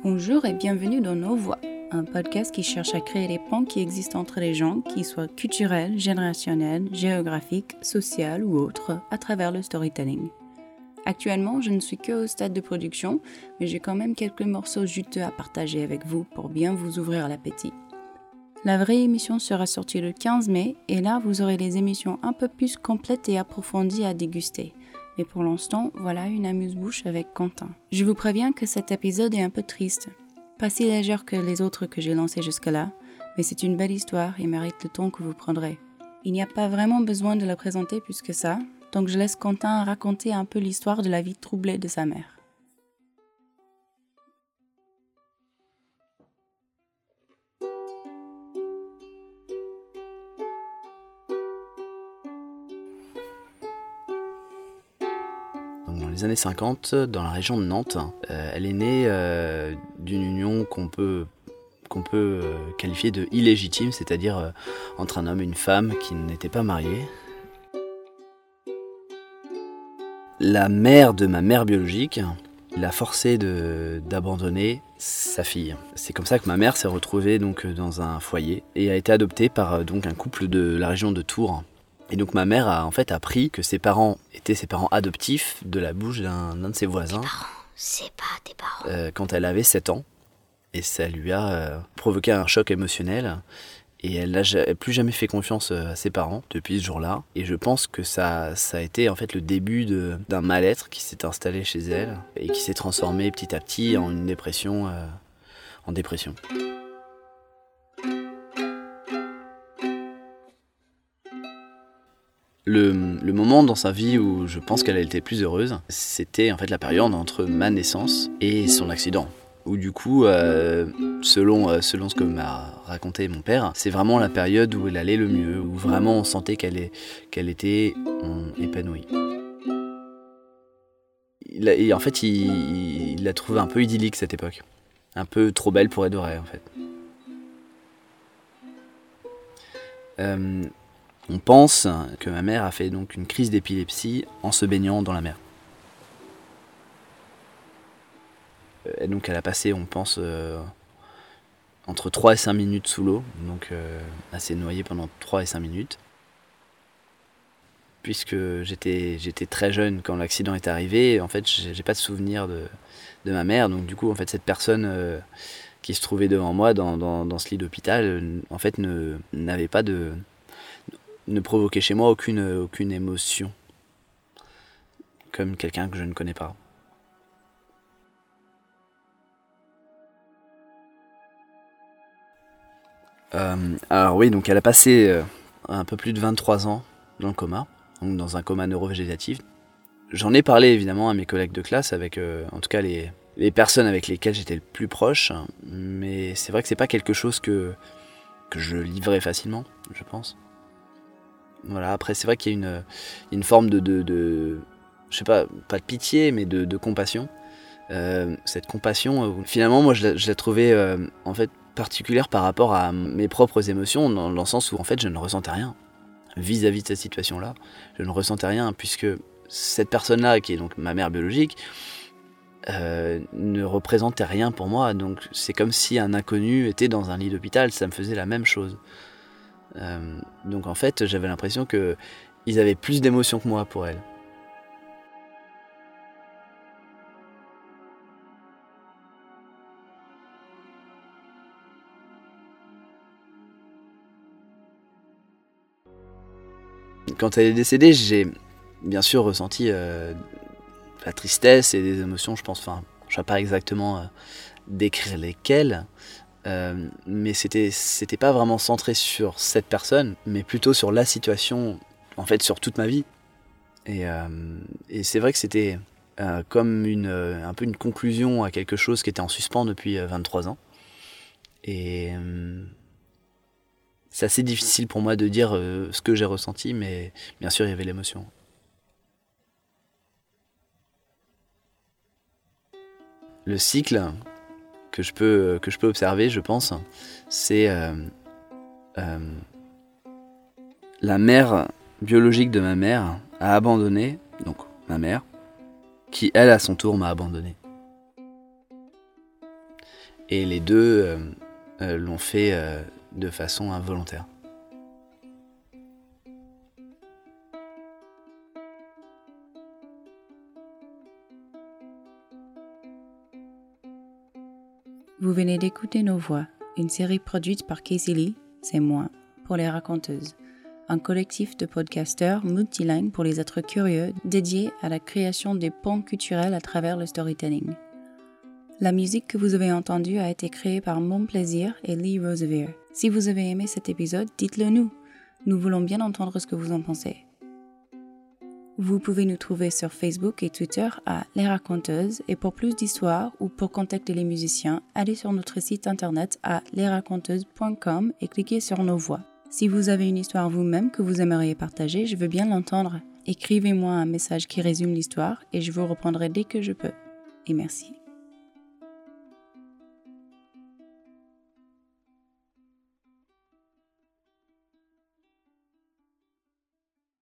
Bonjour et bienvenue dans Nos Voix, un podcast qui cherche à créer des ponts qui existent entre les gens, qu'ils soient culturels, générationnels, géographiques, sociaux ou autres, à travers le storytelling. Actuellement, je ne suis que au stade de production, mais j'ai quand même quelques morceaux juteux à partager avec vous pour bien vous ouvrir l'appétit. La vraie émission sera sortie le 15 mai et là, vous aurez les émissions un peu plus complètes et approfondies à déguster. Mais pour l'instant, voilà une amuse-bouche avec Quentin. Je vous préviens que cet épisode est un peu triste. Pas si légère que les autres que j'ai lancés jusque-là, mais c'est une belle histoire et mérite le temps que vous prendrez. Il n'y a pas vraiment besoin de la présenter plus que ça, donc je laisse Quentin raconter un peu l'histoire de la vie troublée de sa mère. Dans les années 50, dans la région de Nantes, elle est née d'une union qu'on peut qualifier de illégitime, c'est-à-dire entre un homme et une femme qui n'étaient pas mariés. La mère de ma mère biologique l'a forcée d'abandonner sa fille. C'est comme ça que ma mère s'est retrouvée donc dans un foyer et a été adoptée par donc un couple de la région de Tours. Et donc ma mère a appris que ses parents étaient ses parents adoptifs de la bouche d'un de ses voisins. Tes parents, c'est pas tes parents. Quand elle avait 7 ans. Et ça lui a provoqué un choc émotionnel. Et elle n'a plus jamais fait confiance à ses parents depuis ce jour-là. Et je pense que ça a été en fait le début d'un mal-être qui s'est installé chez elle et qui s'est transformé petit à petit en une dépression. Le moment dans sa vie où je pense qu'elle a été plus heureuse, c'était en fait la période entre ma naissance et son accident. Où du coup, selon ce que m'a raconté mon père, c'est vraiment la période où elle allait le mieux, où vraiment on sentait qu'elle était épanouie. En fait, il l'a trouvée un peu idyllique cette époque. Un peu trop belle pour être vraie en fait. On pense que ma mère a fait donc une crise d'épilepsie en se baignant dans la mer. Et donc elle a passé, on pense, entre 3 et 5 minutes sous l'eau, donc elle s'est noyée pendant 3 et 5 minutes. Puisque j'étais très jeune quand l'accident est arrivé, en fait j'ai pas de souvenir de ma mère, donc du coup en fait cette personne qui se trouvait devant moi dans ce lit d'hôpital, en fait ne provoquait chez moi aucune émotion, comme quelqu'un que je ne connais pas. Alors oui, donc elle a passé un peu plus de 23 ans dans le coma, donc dans un coma neurovégétatif. J'en ai parlé évidemment à mes collègues de classe, avec en tout cas les personnes avec lesquelles j'étais le plus proche, mais c'est vrai que c'est pas quelque chose que je livrais facilement, je pense. Voilà, après c'est vrai qu'il y a une forme de je sais pas de pitié, mais de compassion. Cette compassion, finalement moi je la trouvais en fait particulière par rapport à mes propres émotions, dans le sens où en fait je ne ressentais rien vis-à-vis de cette situation-là. Je ne ressentais rien puisque cette personne-là, qui est donc ma mère biologique, ne représentait rien pour moi. Donc c'est comme si un inconnu était dans un lit d'hôpital, ça me faisait la même chose. Donc en fait j'avais l'impression qu'ils avaient plus d'émotions que moi pour elle. Quand elle est décédée, j'ai bien sûr ressenti la tristesse et des émotions, je pense. Enfin, je ne sais pas exactement décrire lesquelles, mais c'était pas vraiment centré sur cette personne, mais plutôt sur la situation, en fait, sur toute ma vie. Et c'est vrai que c'était comme un peu une conclusion à quelque chose qui était en suspens depuis 23 ans. Et c'est assez difficile pour moi de dire ce que j'ai ressenti, mais bien sûr, il y avait l'émotion. Le cycle que je peux observer, je pense, c'est la mère biologique de ma mère a abandonné, donc ma mère, qui elle à son tour m'a abandonné. Et les deux l'ont fait de façon involontaire. Vous venez d'écouter Nos Voix, une série produite par Casey Lee, c'est moi, pour Les Raconteuses, un collectif de podcasteurs multilingues pour les êtres curieux dédié à la création des ponts culturels à travers le storytelling. La musique que vous avez entendue a été créée par Mon Plaisir et Lee Rosevere. Si vous avez aimé cet épisode, dites-le nous. Nous voulons bien entendre ce que vous en pensez. Vous pouvez nous trouver sur Facebook et Twitter à Les Raconteuses et pour plus d'histoires ou pour contacter les musiciens, allez sur notre site internet à lesraconteuses.com et cliquez sur Nos Voix. Si vous avez une histoire vous-même que vous aimeriez partager, je veux bien l'entendre. Écrivez-moi un message qui résume l'histoire et je vous reprendrai dès que je peux. Et merci.